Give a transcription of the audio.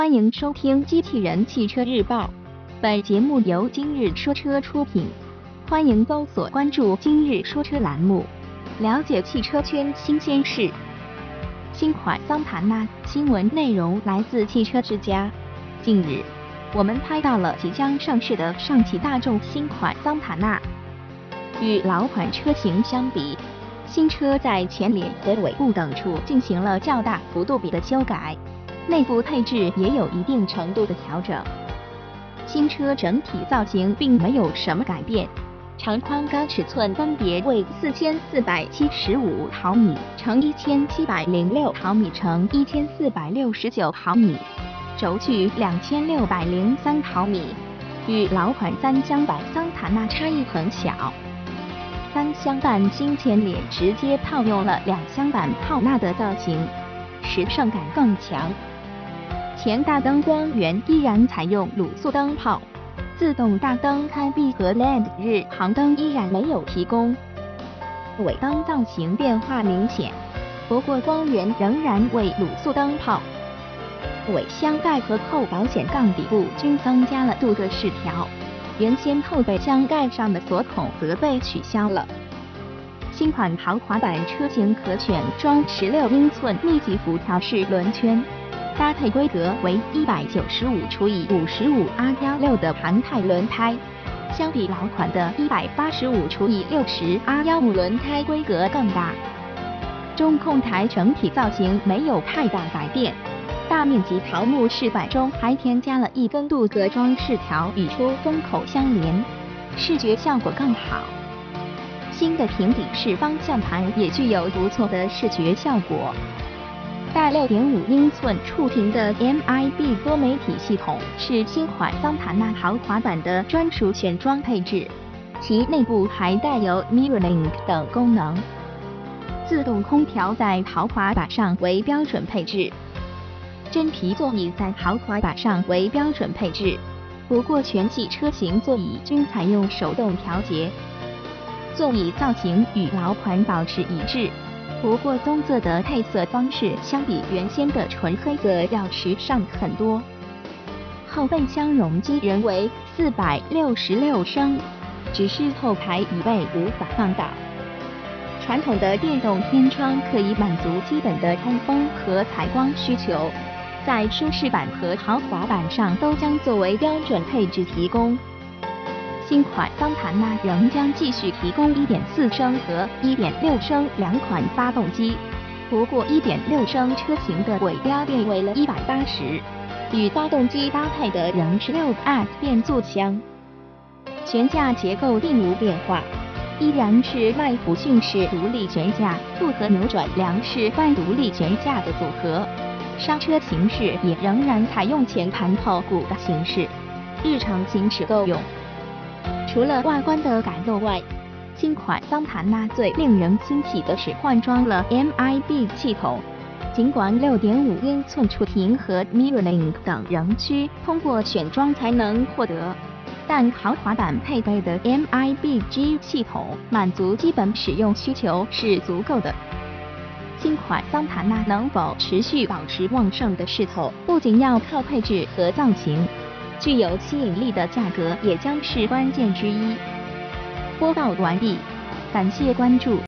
欢迎收听机器人汽车日报，本节目由今日说车出品。欢迎搜索关注今日说车栏目，了解汽车圈新鲜事。新款桑塔纳新闻内容来自汽车之家。近日，我们拍到了即将上市的上汽大众新款桑塔纳。与老款车型相比，新车在前脸和尾部等处进行了较大幅度的修改，内部配置也有一定程度的调整。新车整体造型并没有什么改变，长宽高尺寸分别为4475毫米乘1706毫米乘1469毫米，轴距2603毫米，与老款三厢版桑塔纳差异很小。三厢版新前脸直接套用了两厢版浩纳的造型，时尚感更强。前大灯光源依然采用卤素灯泡，自动大灯开闭和 LED 日航灯依然没有提供。尾灯造型变化明显，不过光源仍然为卤素灯泡。尾箱盖和后保险杠底部均增加了镀铬饰条，原先后备箱盖上的锁孔则被取消了。新款豪华版车型可选装16英寸密集辐条式轮圈，搭配规格为195×55R16的韩泰轮胎，相比老款的185×60R15轮胎规格更大。中控台整体造型没有太大改变，大面积桃木饰板中还添加了一根镀铬装饰条与出风口相连，视觉效果更好。新的平底式方向盘也具有不错的视觉效果。带6.5英寸触屏的 MIB 多媒体系统是新款桑塔纳豪华版的专属选装配置，其内部还带有 MirrorLink 等功能。自动空调在豪华版上为标准配置，真皮座椅在豪华版上为标准配置，不过全系车型座椅均采用手动调节。座椅造型与老款保持一致，不过棕色的配色方式相比原先的纯黑色要时尚很多。后备箱容积仍为466升，只是后排椅背无法放倒。传统的电动天窗可以满足基本的通风和采光需求，在舒适版和豪华版上都将作为标准配置提供。新款桑塔纳仍将继续提供1.4升和1.6升两款发动机，不过1.6升车型的尾标变为了180，与发动机搭配的仍是6AT 变速箱。悬架结构并无变化，依然是麦弗逊式独立悬架复合扭转梁式半独立悬架的组合，刹车形式也仍然采用前盘后鼓的形式，日常行驶够用。除了外观的改动外，新款桑塔纳最令人欣喜的是换装了 MIB 系统。尽管6.5英寸触屏和 MirrorLink 等仍需通过选装才能获得，但豪华版配备的 MIB-G 系统满足基本使用需求是足够的。新款桑塔纳能否持续保持旺盛的势头，不仅要靠配置和造型，具有吸引力的价格也将是关键之一。播报完毕，感谢关注。